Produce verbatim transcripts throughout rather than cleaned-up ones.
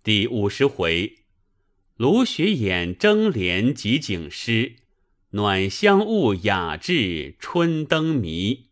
第五十回，卢雪眼争联及景诗，暖香雾雅致春灯谜。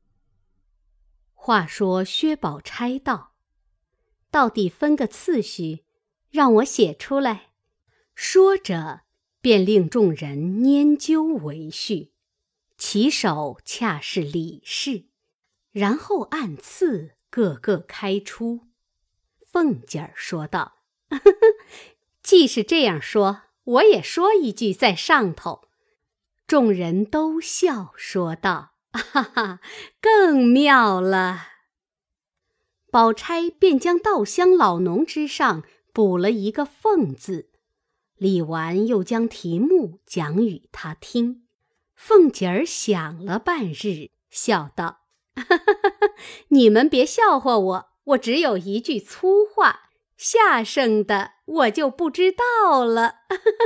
话说薛宝钗道：到底分个次序，让我写出来。说着便令众人拈阄为序，起手恰是李氏，然后按次个个开出。凤姐儿说道：呵呵，既是这样说，我也说一句在上头。众人都笑说道：哈哈，更妙了。宝钗便将稻香老农之上补了一个凤字，李纨又将题目讲与他听。凤姐儿想了半日，笑道：哈哈哈，你们别笑话我，我只有一句粗话，下剩的我就不知道了。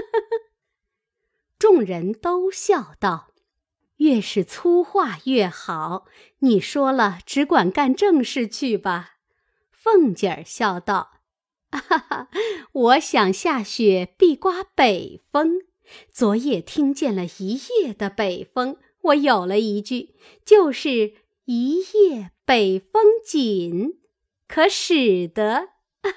众人都笑道：越是粗话越好，你说了只管干正事去吧。凤姐儿笑道：哈哈，我想下雪必刮北风，昨夜听见了一夜的北风，我有了一句，就是一夜北风紧，可使得。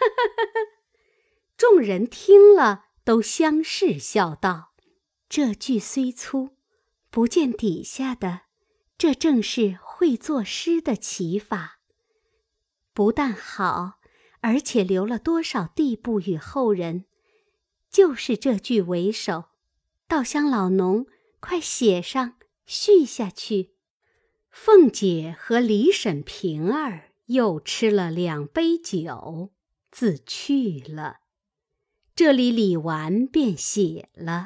众人听了都相视笑道：这句虽粗，不见底下的，这正是会作诗的奇法，不但好，而且留了多少地步与后人。就是这句为首，稻香老农，快写上，续下去。凤姐和李婶平儿又吃了两杯酒，自去了。这里李纨便写了：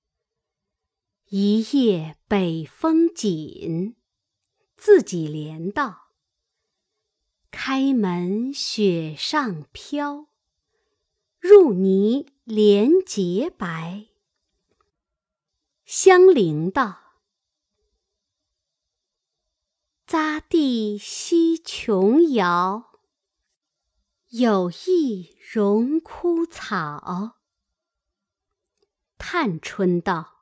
一夜北风紧，自己连道：开门雪上飘，入泥莲洁白。香菱道：匝地西琼瑶，有意荣枯草。探春道：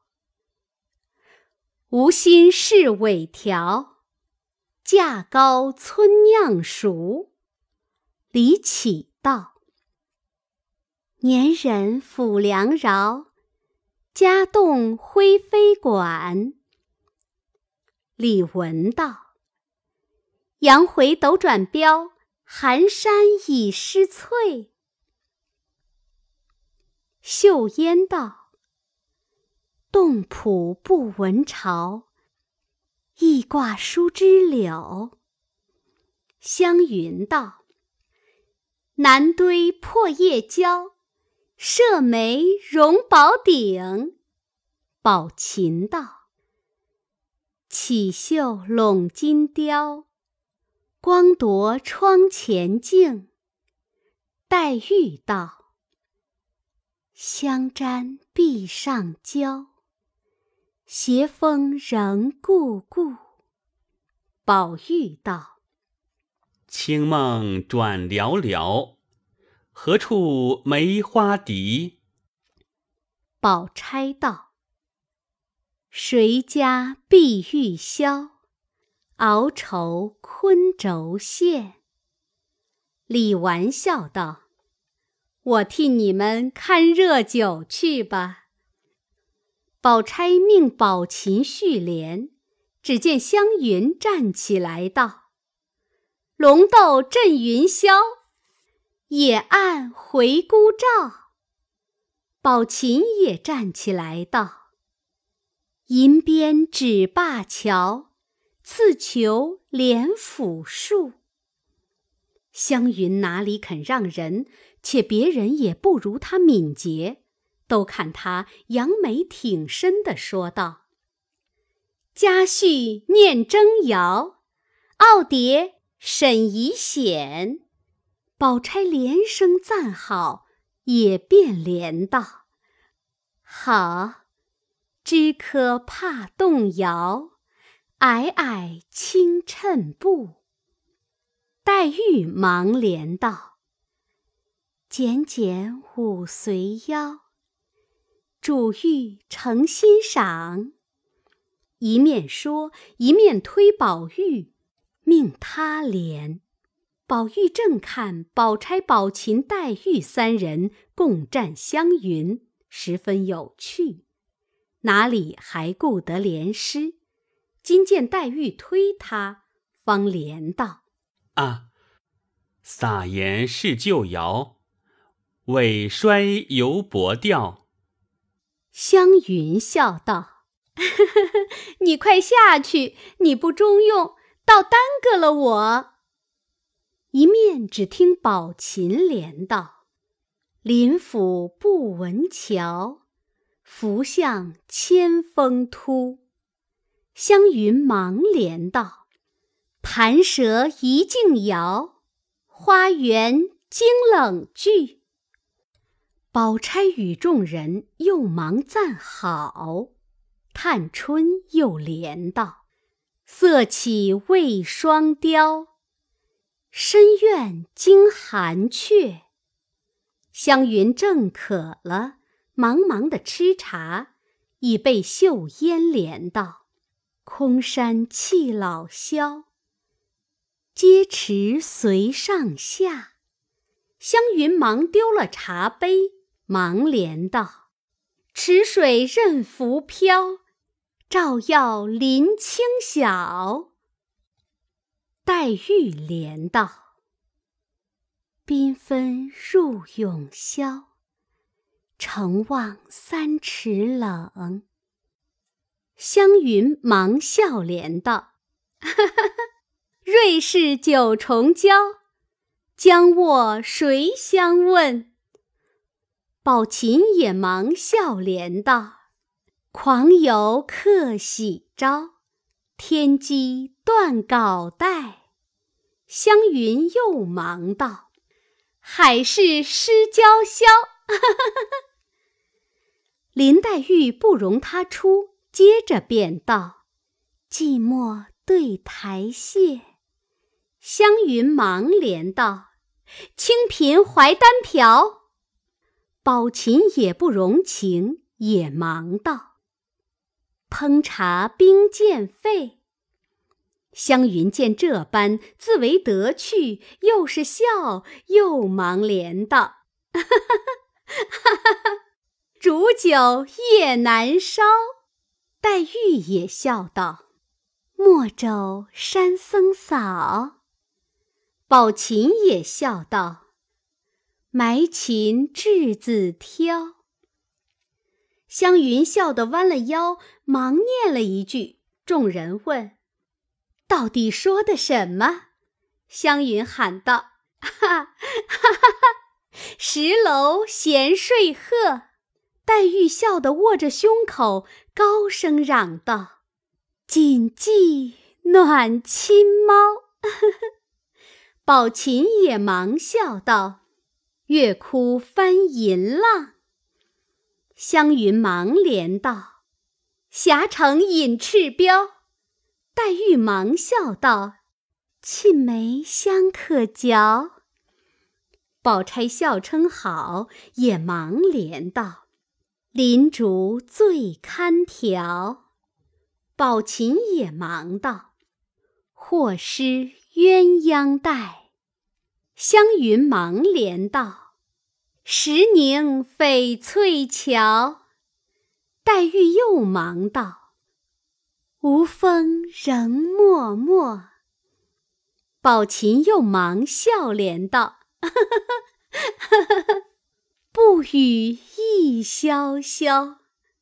无心是尾条，价高村酿熟。李绮道：年人抚良饶，家动徽妃馆。李文道：阳回斗转标，寒山已失翠。秀烟道：洞浦不闻潮，一挂疏枝柳。湘云道：南堆破叶蕉，射梅荣宝鼎。宝琴道：绮绣笼金雕，光夺窗前镜。黛玉道：香沾壁上娇，斜风仍故故。宝玉道： 清梦转寥寥，何处梅花笛？ 宝钗道：谁家碧玉箫，熬愁昆轴线。李纨笑道：我替你们看热酒去吧。宝钗命宝琴续联，只见湘云站起来道：龙斗震云霄，野岸回孤照。宝琴也站起来道：银鞭指灞桥，刺球连府树。湘云哪里肯让人，且别人也不如他敏捷，都看他扬眉挺身地说道：家序念征谣，傲蝶沈遗显。宝钗连声赞好，也便连道：好，枝柯怕动摇，霭霭轻衬步。黛玉忙连道： 剪剪舞随腰，主玉诚欣赏。一面说，一面推宝玉，命他怜。宝玉正看宝钗、宝琴、黛玉三人共战湘云，十分有趣，哪里还顾得怜诗？今见黛玉推他，方怜道： 啊，撒言是旧谣，尾衰犹薄调。 湘云笑道：呵呵呵，你快下去，你不中用，倒耽搁了我。一面只听宝琴怜道：林府不闻桥，拂向千峰突。湘云忙怜道：盘蛇一径摇，花园惊冷句。宝钗与众人又忙赞好，探春又怜道：色起未双雕，深院惊寒雀。湘云正渴了，忙忙的吃茶，已被秀烟怜道：空山气老萧，阶池随上下。湘云忙丢了茶杯，忙怜道：池水任浮漂，照耀林清晓。黛玉怜道：缤纷入永宵，城望三尺冷。湘云忙笑怜道：哈哈哈，瑞士九重娇，将卧谁相问？宝琴也忙笑怜道：狂游客喜招，天机断稿带。湘云又忙道：海市失娇宵。林黛玉不容他出，接着便道：寂寞对台榭。湘云忙怜道：清贫怀单瓢。宝琴也不容情，也忙道：烹茶冰渐沸。湘云见这般，自为得趣，又是笑，又忙怜道：哈哈哈哈，煮酒夜难烧。黛玉也笑道：莫肘山僧扫。宝琴也笑道：埋琴稚子挑。湘云笑得弯了腰，忙念了一句，众人问：到底说的什么？湘云喊道：哈哈哈哈，十楼闲睡鹤。黛玉笑得握着胸口，高声嚷道：谨记暖亲猫。宝琴也忙笑道：月窟翻银浪。湘云忙怜道：霞城隐赤标。黛玉忙笑道：沁梅香可嚼。宝钗笑称好，也忙怜道：林竹最堪调。宝琴也忙道：或失鸳鸯带。湘云忙怜道：石凝翡翠桥。黛玉又忙道：无风仍脉脉。宝琴又忙笑怜道：哈哈哈哈，不语亦潇潇。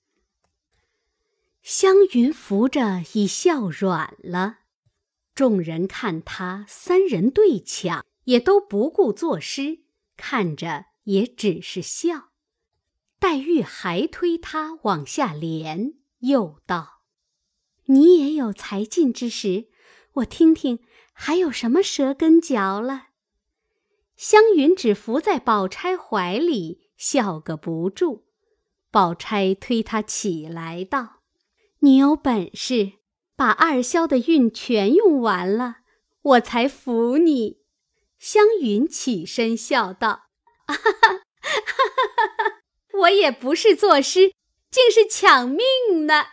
湘云扶着已笑软了，众人看他三人对抢，也都不顾作诗，看着也只是笑。黛玉还推他往下怜，又道：你也有才尽之时，我听听还有什么舌根嚼了。湘云只伏在宝钗怀里，笑个不住。宝钗推他起来道：你有本事把二萧的韵全用完了，我才服你。湘云起身笑道： 我也不是作诗，竟是抢命呢。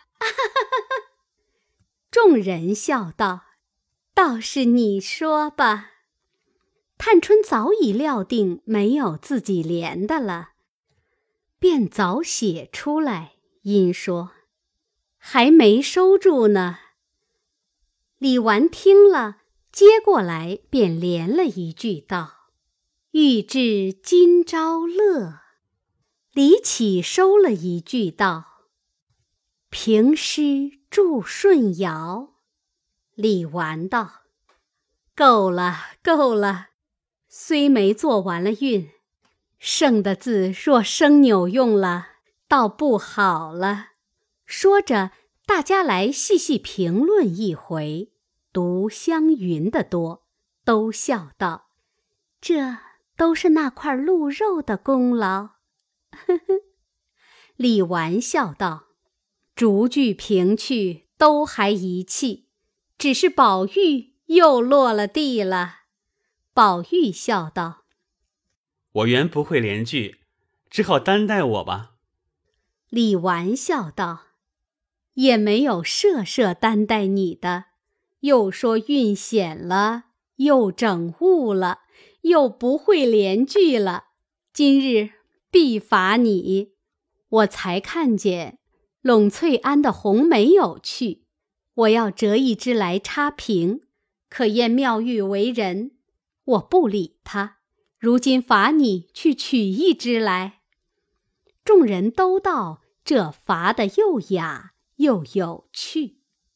众人笑道：倒是你说吧。探春早已料定没有自己连的了，便早写出来，因说还没收住呢。李纨听了，接过来便连了一句道：欲知今朝乐。李启收了一句道：平诗祝舜尧。李纨道：够了够了，虽没做完了韵，剩的字若生扭用了，倒不好了。说着，大家来细细评论一回，读湘云的多，都笑道：这都是那块鹿肉的功劳。呵呵。李纨笑道：逐句评去，都还一气，只是宝玉又落了地了。宝玉笑道： 我原不会连句，只好担待我吧。 李纨笑道：也没有设设担待你的，又说韵险了，又整误了，又不会连句了，今日必罚你。我才看见栊翠庵的红梅有趣，我要折一支来插评，可验妙玉为人，我不理他，如今罚你去取一支来。众人都道这罚得又雅又有趣。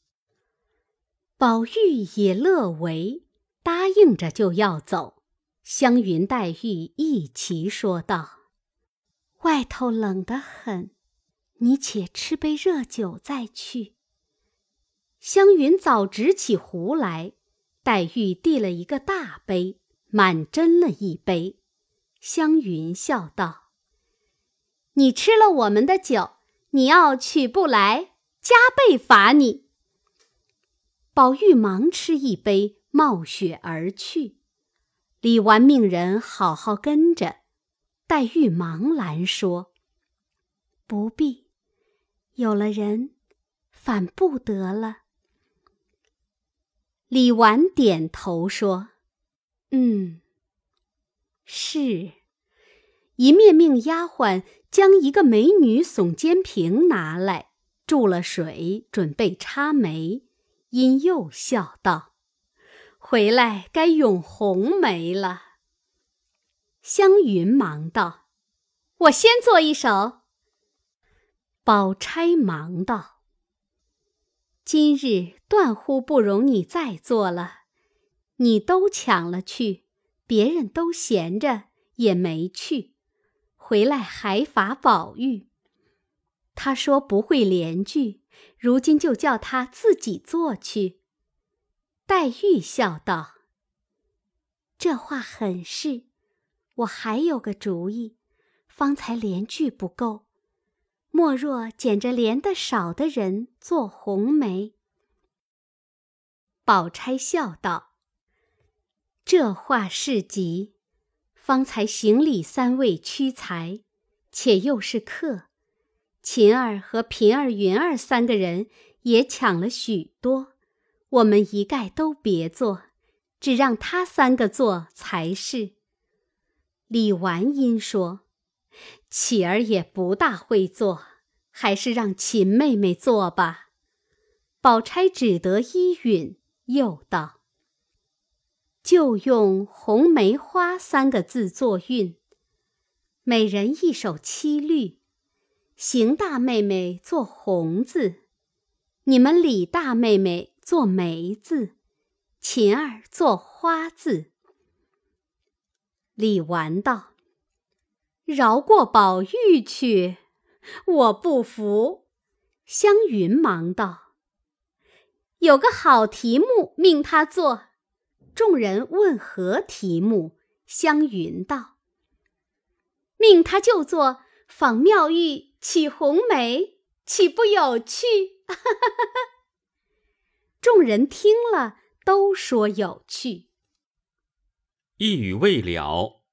宝玉也乐为，答应着就要走。湘云、黛玉一齐说道：外头冷得很，你且吃杯热酒再去。湘云早执起壶来，黛玉递了一个大杯，满斟了一杯。湘云笑道：你吃了我们的酒，你要取不来，加倍罚你。宝玉忙吃一杯，冒雪而去。李纨命人好好跟着，黛玉忙拦说：不必，有了人反不得了。李纨点头说：嗯，是。一面命丫鬟将一个美女耸肩瓶拿来，注了水，准备插梅，因又笑道：回来该咏红梅了。湘云忙道：我先做一首。宝钗忙道：今日断乎不容你再做了，你都抢了去，别人都闲着也没去，回来还罚宝玉。他说不会连句，如今就叫他自己做去。黛玉笑道：这话很是，我还有个主意，方才连句不够，莫若捡着连得少的人做红梅。宝钗笑道：这话是急，方才行李三位屈才，且又是客，秦儿和平儿、云儿三个人也抢了许多，我们一概都别做，只让他三个做才是。李纨因说：启儿也不大会做，还是让秦妹妹做吧。宝钗只得依允，又道：就用红梅花三个字作韵，每人一首七律，邢大妹妹做红字，你们李大妹妹做梅字，秦儿做花字。李纨道：饶过宝玉去，我不服。湘云忙道：有个好题目，命他做。众人问何题目，湘云道：命他就做仿妙玉起红梅，岂不有趣？众人听了都说有趣。 一语未了，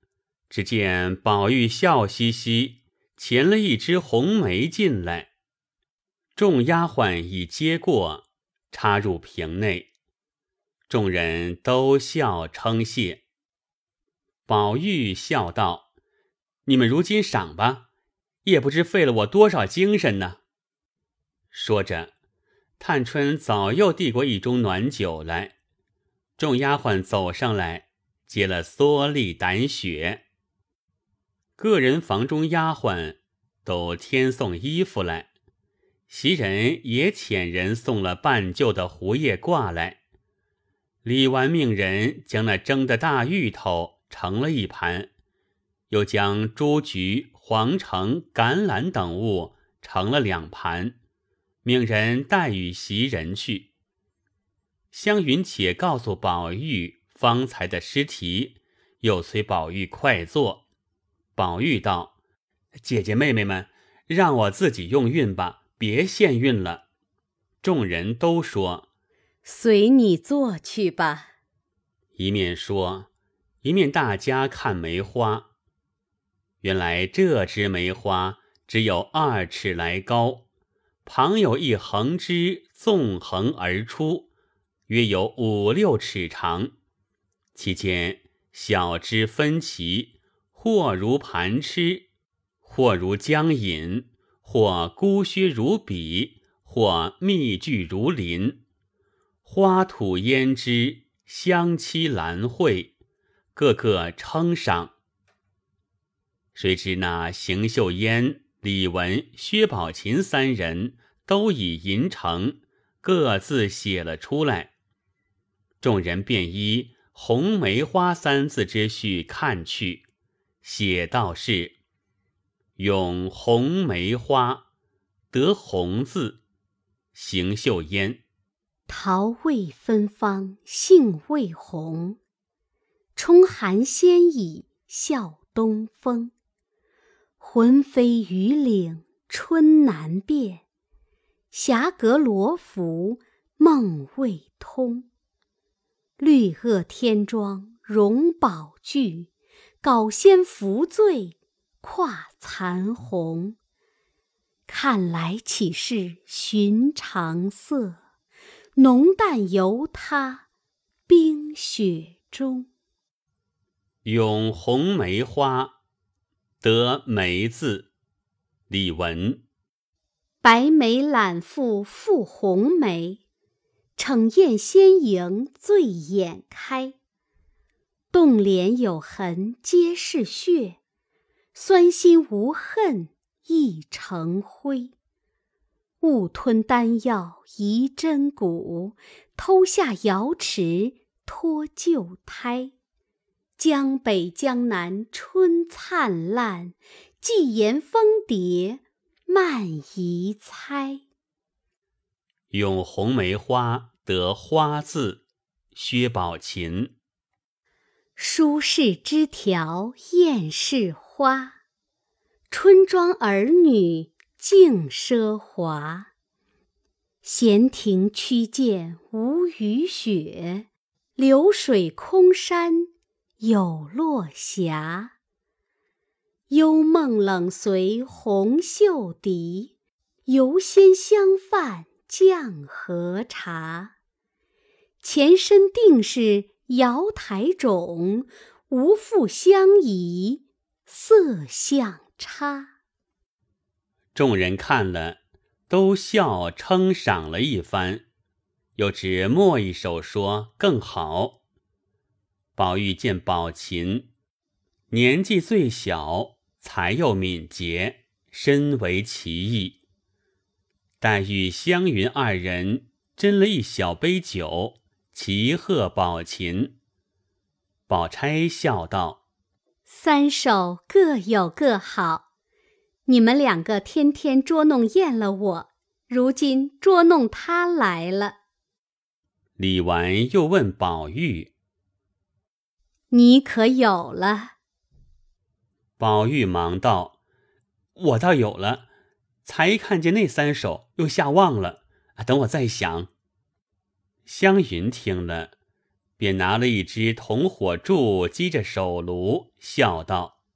只见宝玉笑嘻嘻，衔了一只红梅进来，众丫鬟已接过，插入瓶内，众人都笑称谢。宝玉笑道：“你们如今赏吧，也不知费了我多少精神呢。”说着，探春早又递过一盅暖酒来，众丫鬟走上来，接了蓑笠胆雪。个人房中丫鬟都添送衣服来，袭人也遣人送了半旧的胡叶褂来。李纨命人将那蒸的大芋头盛了一盘，又将朱菊、黄橙、橄榄等物盛了两盘，命人带与袭人去。湘云且告诉宝玉方才的诗题，又催宝玉快做。宝玉道：“姐姐妹妹们，让我自己用韵吧，别献韵了。”众人都说：“ 随你做去吧。” 一面说，一面大家看梅花。原来这枝梅花只有二尺来高，旁有一横枝纵横而出，约有五六尺长，其间小枝分歧，或如盘螭，或如江引，或孤削如笔，或密聚如林，花吐胭脂，香期兰蕙，个个称赏。谁知那邢岫烟、李文、薛宝琴三人都已吟成，各自写了出来。众人便依红梅花三字之序看去，写道是：咏红梅花，得红字，邢岫烟。 桃未芬芳，杏未红，冲寒先已笑东风。魂飞雨岭春难辨，霞阁罗浮梦未通。绿萼天妆容宝炬，稿仙扶醉跨残红。看来岂是寻常色，浓淡由他冰雪中。 咏红梅花，得梅字，李文。 白眉揽腹负红梅，逞艳先迎醉眼开。动脸有痕皆是血，酸心无恨亦成灰。误吞丹药移针骨，偷下瑶池托旧胎。江北江南春灿烂，寄言蜂蝶慢移猜。 咏红梅花，得花字，薛宝琴。 书是枝条艳是花，春妆儿女竞奢华。闲庭曲涧无雨雪，流水空山有落霞。幽梦冷随红袖笛，游仙相泛降和茶。前身定是瑶台种，无复相宜色相差。 众人看了，都笑称赏了一番，又指末一首说更好。宝玉见宝琴年纪最小，才又敏捷，深为其意。黛玉、湘云二人斟了一小杯酒，齐贺宝琴。宝钗笑道：“ 三首各有各好，你们两个天天捉弄厌了我，如今捉弄他来了。” 李纨又问宝玉：“ 你可有了？” 宝玉忙道：“我倒有了，才看见那三首，又下忘了，等我再想。”湘云听了，便拿了一支铜火柱击着手炉，笑道：“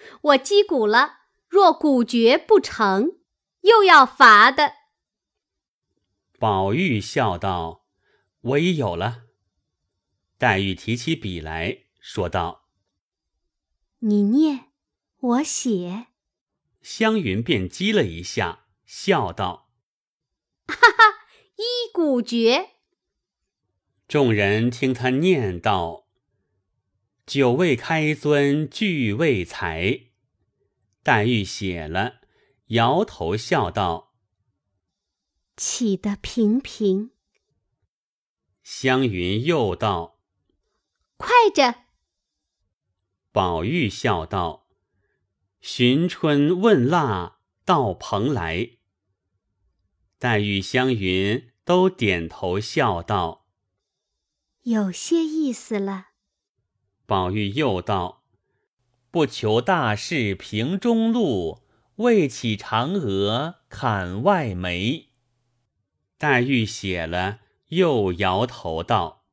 我击鼓了，若鼓绝不成，又要罚的。” 宝玉笑道：“我已有了。”黛玉提起笔来，说道：“ 你念，我写。” 湘云便击了一下，笑道：“ 哈哈，一鼓绝。” 众人听他念道：“九位开尊俱为才。”黛玉写了，摇头笑道：“ 起得平平。” 湘云又道：“ 快着。” 宝玉笑道：“寻春问腊到蓬莱。”黛玉、湘云都点头笑道：“ 有些意思了。” 宝玉又道：“不求大事平中路，为起嫦娥砍外梅。”黛玉写了，又摇头道：“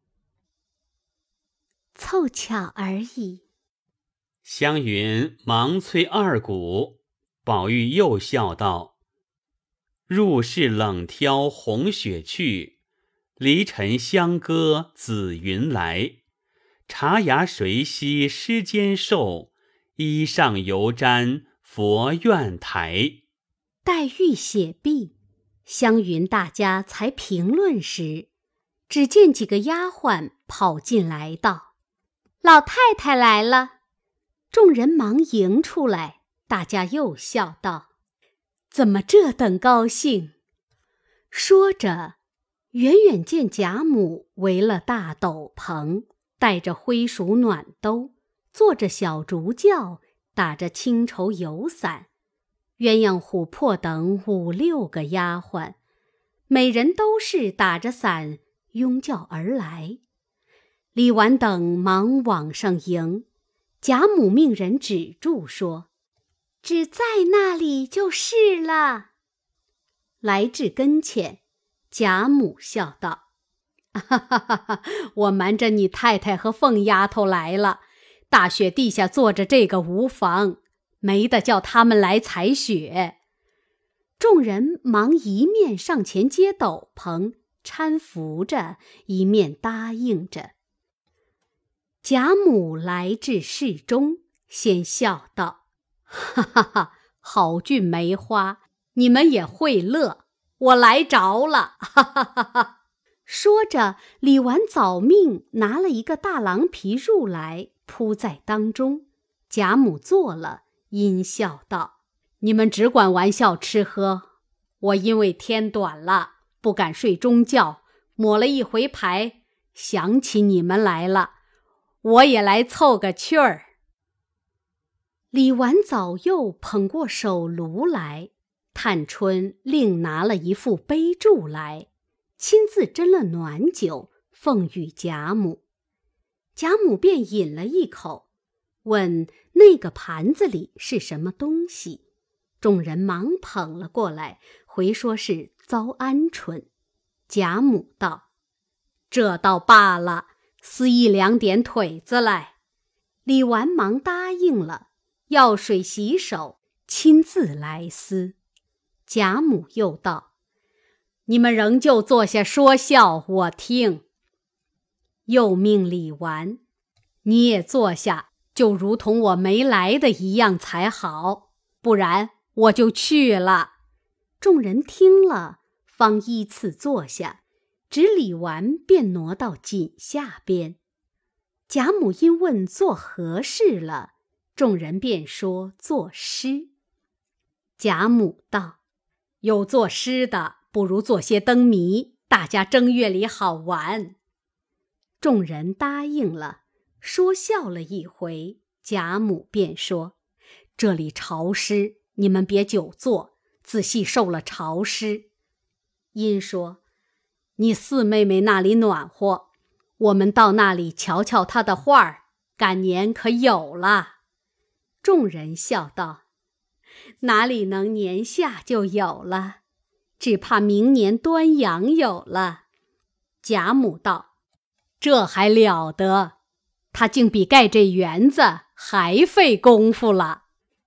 凑巧而已。” 湘云忙催二鼓，宝玉又笑道：“入室冷挑红雪去，离尘香歌紫云来。茶芽谁惜诗间瘦，衣上犹沾佛院台。” 黛玉写毕，湘云大家才评论时，只见几个丫鬟跑进来道：“老太太来了。”众人忙迎出来，大家又笑道：“怎么这等高兴？”说着，远远见贾母围了大斗篷，带着灰鼠暖兜，坐着小竹轿，打着青绸油伞，鸳鸯、琥珀等五六个丫鬟，每人都是打着伞拥轿而来。李纨等忙往上迎，贾母命人止住，说：“只在那里就是了。”来至跟前，贾母笑道：“哈哈哈哈，我瞒着你太太和凤丫头来了，大雪地下坐着这个无妨，没得叫他们来采雪。”众人忙一面上前接斗篷，搀扶着，一面答应着。贾母来至室中，先笑道：“哈哈哈，好俊梅花，你们也会乐，我来着了，哈哈哈哈。”说着，李纨早命拿了一个大狼皮褥来铺在当中。贾母坐了，阴笑道：“你们只管玩笑吃喝，我因为天短了，不敢睡中觉，抹了一回牌，想起你们来了，我也来凑个趣儿。”李纨早又捧过手炉来，探春另拿了一副杯箸来，亲自斟了暖酒，奉与贾母。贾母便饮了一口，问那个盘子里是什么东西。众人忙捧了过来，回说是糟鹌鹑。贾母道：“这倒罢了，撕一两点腿子来。”李纨忙答应了，要水洗手，亲自来撕。贾母又道：“你们仍旧坐下说笑，我听。”又命李纨：“你也坐下，就如同我没来的一样才好，不然我就去了。”众人听了，方依次坐下，只李纨便挪到锦下边。贾母因问做何事了，众人便说作诗。贾母道：“有作诗的，不如做些灯谜，大家正月里好玩。”众人答应了，说笑了一回。贾母便说：“这里潮湿，你们别久坐，仔细受了潮湿。”因说：“你四妹妹那里暖和，我们到那里瞧瞧她的画儿，赶年可有了。”众人笑道：“哪里能年下就有了，只怕明年端阳有了。”贾母道：“这还了得，他竟比盖这园子还费功夫了。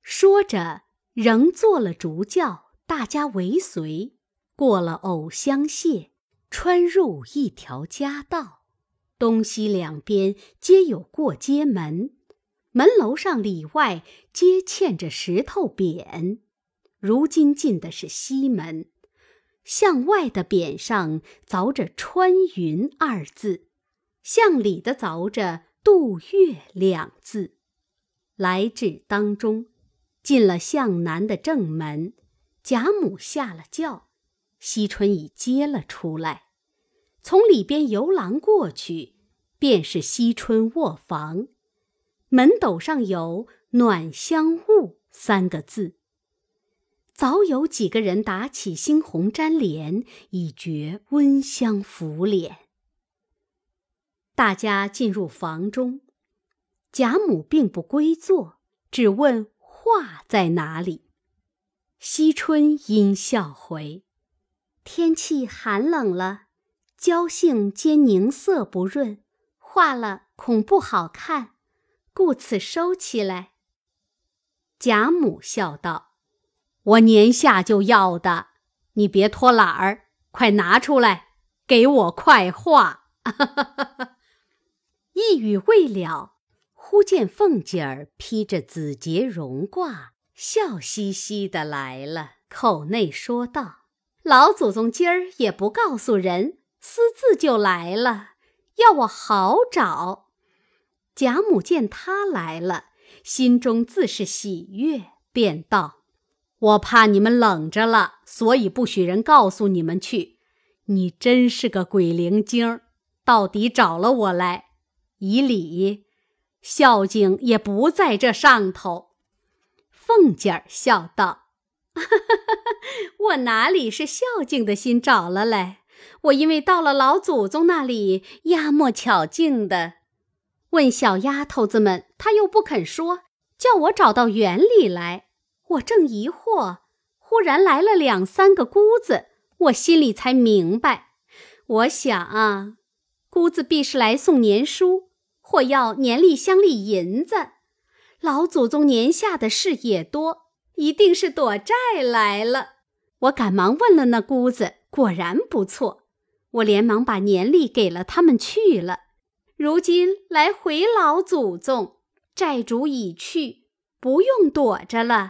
说着，仍做了竹轿，大家围随，过了藕香榭，穿入一条夹道，东西两边皆有过街门，门楼上里外皆嵌着石头匾。如今进的是西门，向外的匾上凿着穿云二字，向里的凿着渡月两字。来至当中，进了向南的正门，贾母下了轿，惜春已接了出来。从里边游廊过去，便是惜春卧房，门斗上有暖香雾三个字。早有几个人打起猩红毡帘，以觉温香拂脸。大家进入房中，贾母并不归坐，只问画在哪里。惜春因笑回：天气寒冷了，娇杏兼凝色不润，画了恐不好看，故此收起来。贾母笑道：我年下就要的，你别拖懒儿，快拿出来，给我快画。一语未了，忽见凤姐儿披着紫结绒褂，笑嘻嘻的来了，口内说道：老祖宗今儿也不告诉人，私自就来了，要我好找。贾母见他来了，心中自是喜悦，便道：我怕你们冷着了，所以不许人告诉你们去。你真是个鬼灵精，到底找了我来。以理，孝敬也不在这上头。凤姐儿笑道：我哪里是孝敬的心找了来，我因为到了老祖宗那里，压墨巧劲的。问小丫头子们，她又不肯说，叫我找到园里来。我正疑惑，忽然来了两三个姑子，我心里才明白。我想啊，姑子必是来送年书，或要年例乡里银子。老祖宗年下的事也多，一定是躲债来了。我赶忙问了那姑子，果然不错。我连忙把年例给了他们去了。如今来回老祖宗，债主已去，不用躲着了。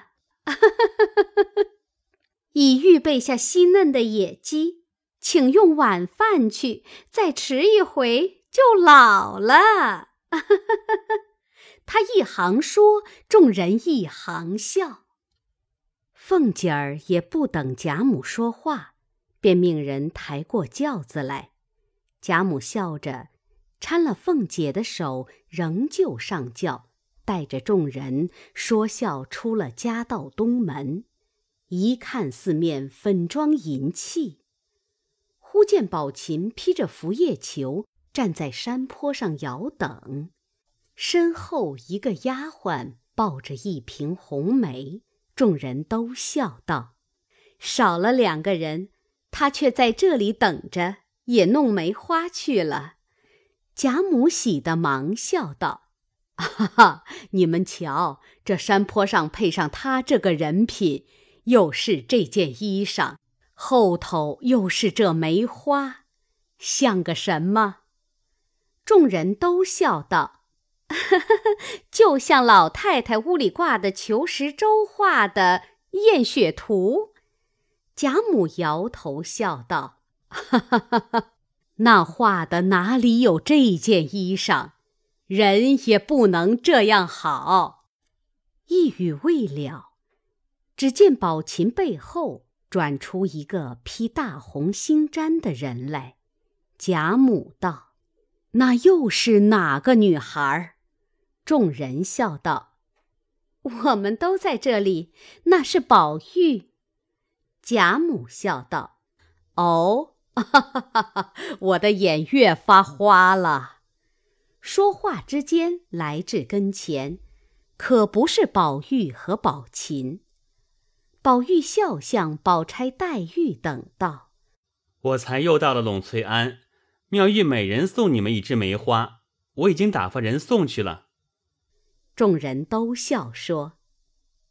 已预备下稀嫩的野鸡，请用晚饭去，再迟一回就老了。他一行说，众人一行笑。凤姐儿也不等贾母说话，便命人抬过轿子来。贾母笑着搀了凤姐的手，仍旧上轿，带着众人说笑出了家道东门。一看四面粉妆银器，忽见宝琴披着拂叶裘，站在山坡上摇等，身后一个丫鬟抱着一瓶红梅。众人都笑道：少了两个人，他却在这里等着，也弄梅花去了。贾母喜得忙笑道：哈哈，你们瞧，这山坡上配上他这个人品，又是这件衣裳，后头又是这梅花，像个什么？众人都笑道：就像老太太屋里挂的裘石舟画的艳雪图。贾母摇头笑道：哈哈哈哈，那画的哪里有这件衣裳，人也不能这样好。一语未了，只见宝琴背后转出一个披大红星毡的人来。贾母道：那又是哪个女孩？众人笑道：我们都在这里，那是宝玉。贾母笑道：哦，哈哈哈哈，我的眼越发花了。说话之间来至跟前，可不是宝玉和宝琴。宝玉笑向宝钗、黛玉等道： 我才又到了栊翠庵，妙玉每人送你们一枝梅花，我已经打发人送去了。 众人都笑说：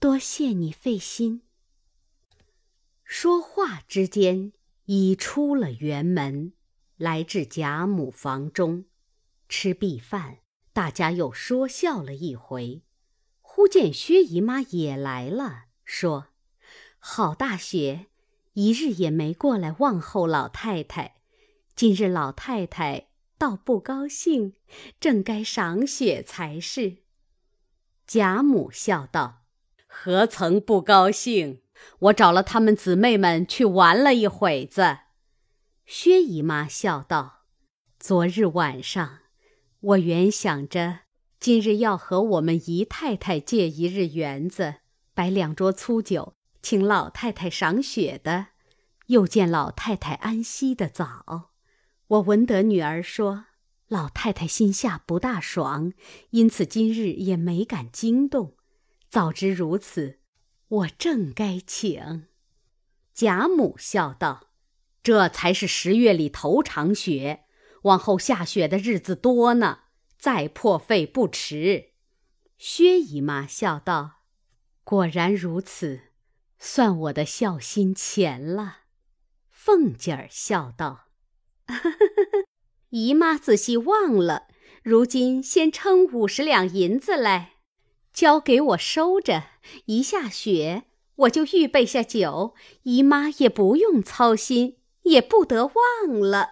多谢你费心。”说话之间，已出了园门，来至贾母房中，吃毕饭，大家又说笑了一回。忽见薛姨妈也来了，说：“好大雪，一日也没过来问候老太太。今日老太太倒不高兴，正该赏雪才是。”贾母笑道：“何曾不高兴？我找了她们姊妹们去玩了一会子。”薛姨妈笑道：“昨日晚上，我原想着今日要和我们姨太太借一日园子，摆两桌粗酒，请老太太赏雪的。又见老太太安息的早，我闻得女儿说老太太心下不大爽，因此今日也没敢惊动。早知如此，我正该请。”贾母笑道：“这才是十月里头场雪，往后下雪的日子多呢，再破费不迟。”薛姨妈笑道：“果然如此，算我的孝心浅了。”凤姐儿笑道：“姨妈仔细忘了，如今先称五十两银子来，交给我收着，一下雪我就预备下酒，姨妈也不用操心，也不得忘了。”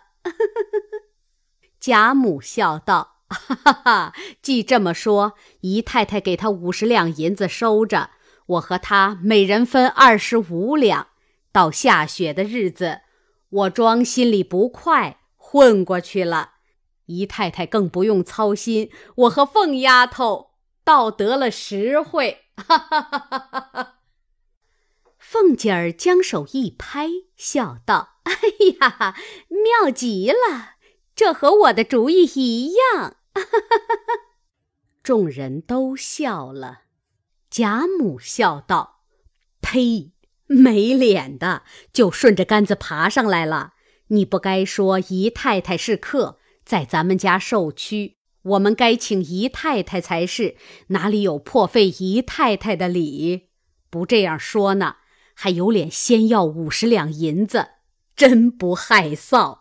贾母笑道：“哈哈哈，既这么说，姨太太给她五十两银子收着，我和她每人分二十五两。到下雪的日子，我装心里不快，混过去了。姨太太更不用操心，我和凤丫头倒得了实惠。”哈哈哈哈哈！凤姐儿将手一拍，笑道：“哎呀，妙极了！这和我的主意一样。”众人都笑了。贾母笑道：“呸！没脸的，就顺着杆子爬上来了。你不该说姨太太是客，在咱们家受屈，我们该请姨太太才是，哪里有破费姨太太的理？不这样说呢，还有脸先要五十两银子，真不害臊。”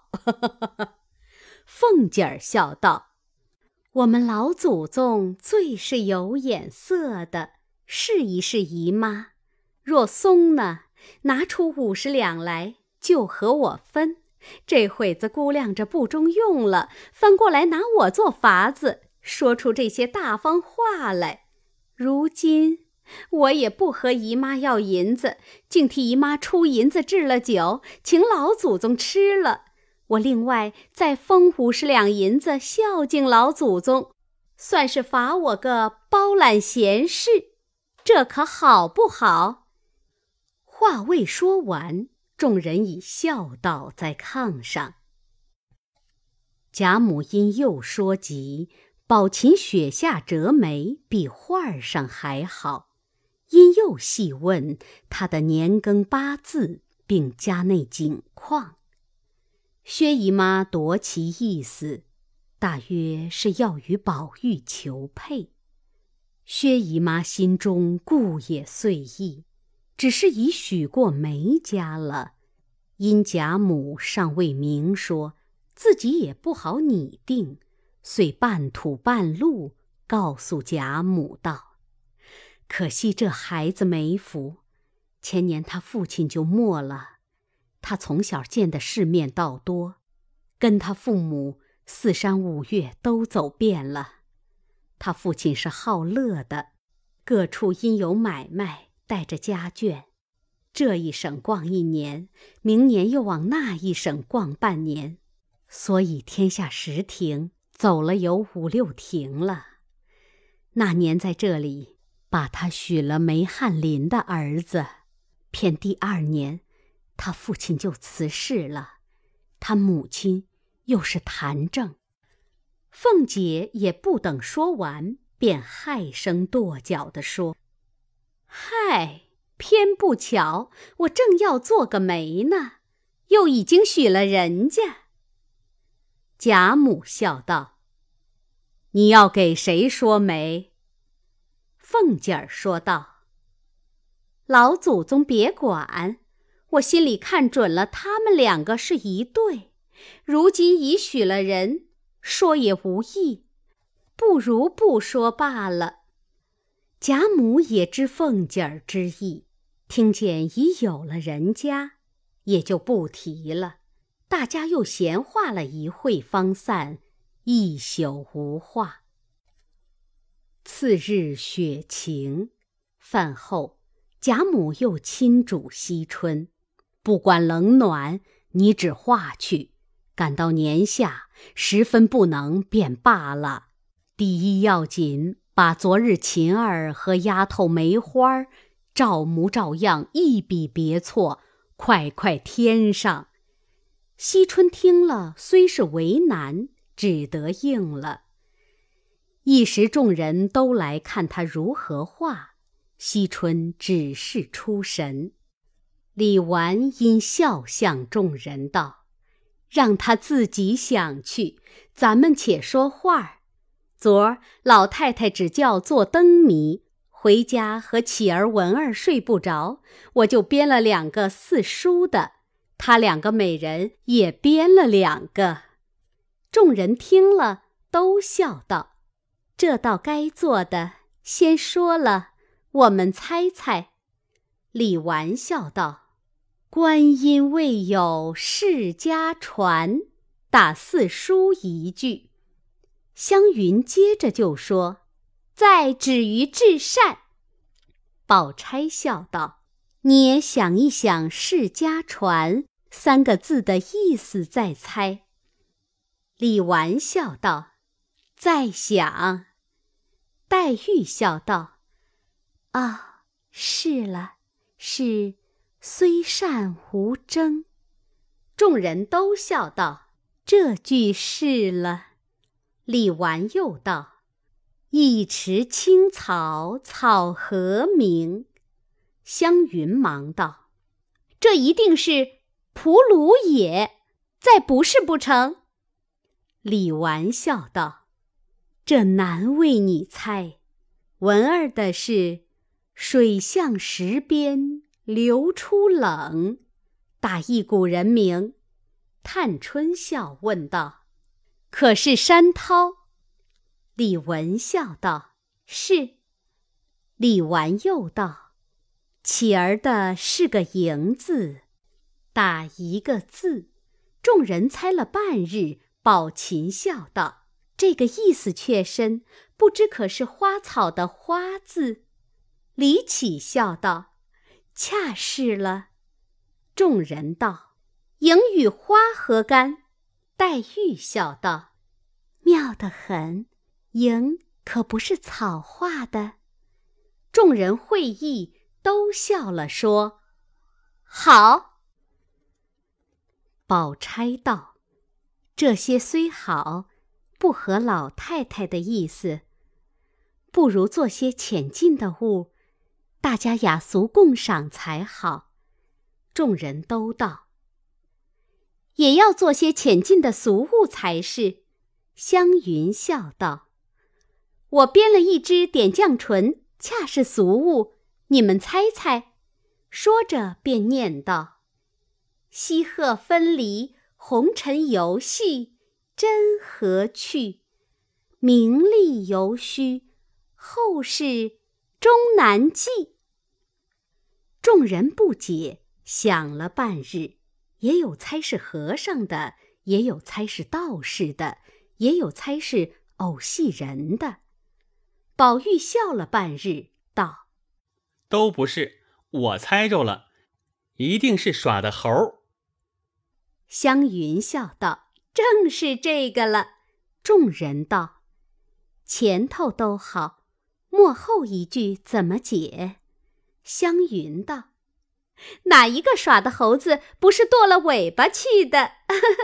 凤姐儿笑道：“我们老祖宗最是有眼色的，试一试姨妈，若松呢，拿出五十两来就和我分。这会子估量着不中用了，翻过来拿我做法子，说出这些大方话来。如今我也不和姨妈要银子，竟替姨妈出银子置了酒，请老祖宗吃了。我另外再封五十两银子孝敬老祖宗，算是罚我个包揽闲事，这可好不好？”话未说完，众人已笑倒在炕上。贾母因又说及宝琴雪下折梅比画上还好，因又细问他的年庚八字，并家内景况。薛姨妈夺其意思，大约是要与宝玉求配。薛姨妈心中顾也遂意，只是已许过梅家了，因贾母尚未明说，自己也不好拟定，遂半吐半露告诉贾母道：“可惜这孩子没福，前年他父亲就没了。他从小见的世面倒多，跟他父母四山五岳都走遍了。他父亲是好乐的，各处因有买卖，带着家眷，这一省逛一年，明年又往那一省逛半年，所以天下十亭走了有五六亭了。那年在这里把他许了梅翰林的儿子，偏第二年他父亲就辞世了，他母亲又是痰症。”凤姐也不等说完，便害声跺脚地说：“嗨，偏不巧，我正要做个媒呢，又已经许了人家。”贾母笑道：“你要给谁说媒？”凤姐儿说道：“ 老祖宗别管，我心里看准了他们两个是一对，如今已许了人，说也无益，不如不说罢了。”贾母也知凤姐儿之意，听见已有了人家，也就不提了。大家又闲话了一会方散，一宿无话。次日雪晴，饭后贾母又亲嘱惜春，不管冷暖，你只化去，赶到年下十分不能便罢了。第一要紧，把昨日琴儿和丫头梅花照模照样一笔别错，快快添上。惜春听了虽是为难，只得应了。一时众人都来看他如何画，惜春只是出神。李纨因笑向众人道：“让他自己想去，咱们且说话。昨儿老太太只叫做灯谜，回家和启儿文儿睡不着，我就编了两个四书的，他两个美人也编了两个。”众人听了都笑道：“这道该做的，先说了，我们猜猜。”李纨笑道：“观音未有世家传，打四书一句。”湘云接着就说：“再止于至善。”宝钗笑道：“你也想一想世家传三个字的意思再猜。”李纨笑道：“再想。”黛玉笑道：“啊，是了，是虽善无争。”众人都笑道：“这句是了。”李纨又道：“一池青草草何名？”湘云忙道：“这一定是蒲芦也，再不是不成？”李纨笑道：“这难为你猜，文儿的是水向石边流出冷，打一股人名。”探春笑问道：“可是山涛？”李文笑道：“是。”李纨又道：“启儿的是个迎字，打一个字。”众人猜了半日，宝琴笑道：“这个意思却深，不知可是花草的花字？”李启笑道：“恰是了。”众人道：“迎与花何干？”黛玉笑道：“妙得很，迎可不是草画的。”众人会意，都笑了，说：“好。”宝钗道：“这些虽好，不合老太太的意思，不如做些浅近的物，大家雅俗共赏才好。”众人都道：“也要做些浅近的俗物才是。”湘云笑道：“我编了一支点绛唇，恰是俗物，你们猜猜。”说着便念道：“西鹤分离，红尘游戏，真何趣？名利犹须，后世终难记。”众人不解，想了半日，也有猜是和尚的，也有猜是道士的，也有猜是偶戏人的。宝玉笑了半日，道：“ 都不是，我猜着了，一定是耍的猴。” 湘云笑道：“正是这个了。”众人道：“前头都好，末后一句怎么解？”湘云道：“哪一个耍的猴子不是剁了尾巴去的？”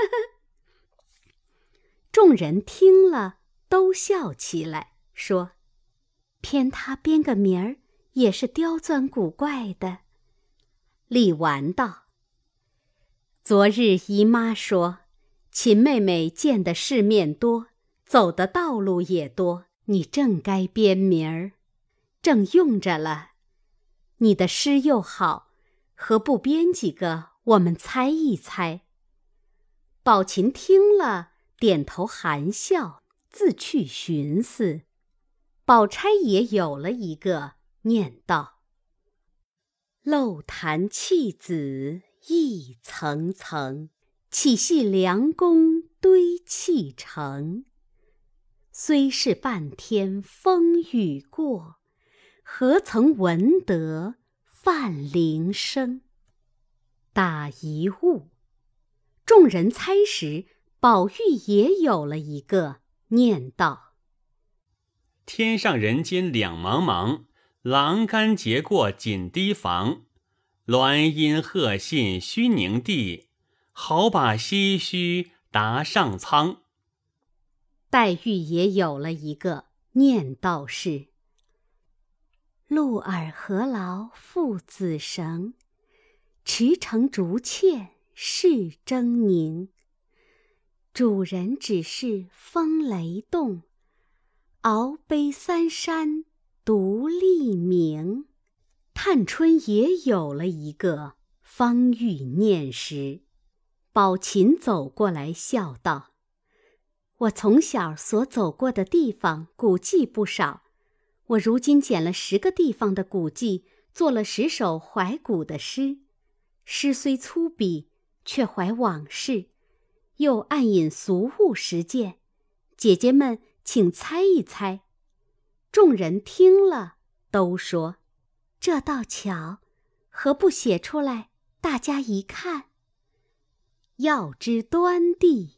众人听了都笑起来，说：“偏他编个名儿也是刁钻古怪的。”李纨道：“昨日姨妈说，秦妹妹见的世面多，走的道路也多，你正该编名儿，正用着了。 你的诗又好，何不编几个，我们猜一猜？”宝琴听了，点头含笑，自去寻思。宝钗也有了一个，念道：“漏潭弃子一层层，岂系良弓堆砌成？虽是半天风雨过，何曾闻得范铃声？”打一物。众人猜时，宝玉也有了一个，念道：“ 天上人间两茫茫，栏杆结过锦堤防。鸾音鹤信虚凝地，好把唏嘘答上苍。” 黛玉也有了一个，念道是：“鹿耳何劳父子绳，驰骋逐窃是狰狞。主人只是风雷动，鳌杯三山独立名。”探春也有了一个，方欲念时，宝琴走过来笑道：“我从小所走过的地方古迹不少，我如今捡了十个地方的古迹，做了十首怀古的诗。诗虽粗鄙，却怀往事，又暗引俗物实践。姐姐们请猜一猜。”众人听了，都说：“这倒巧，何不写出来，大家一看？要知端地，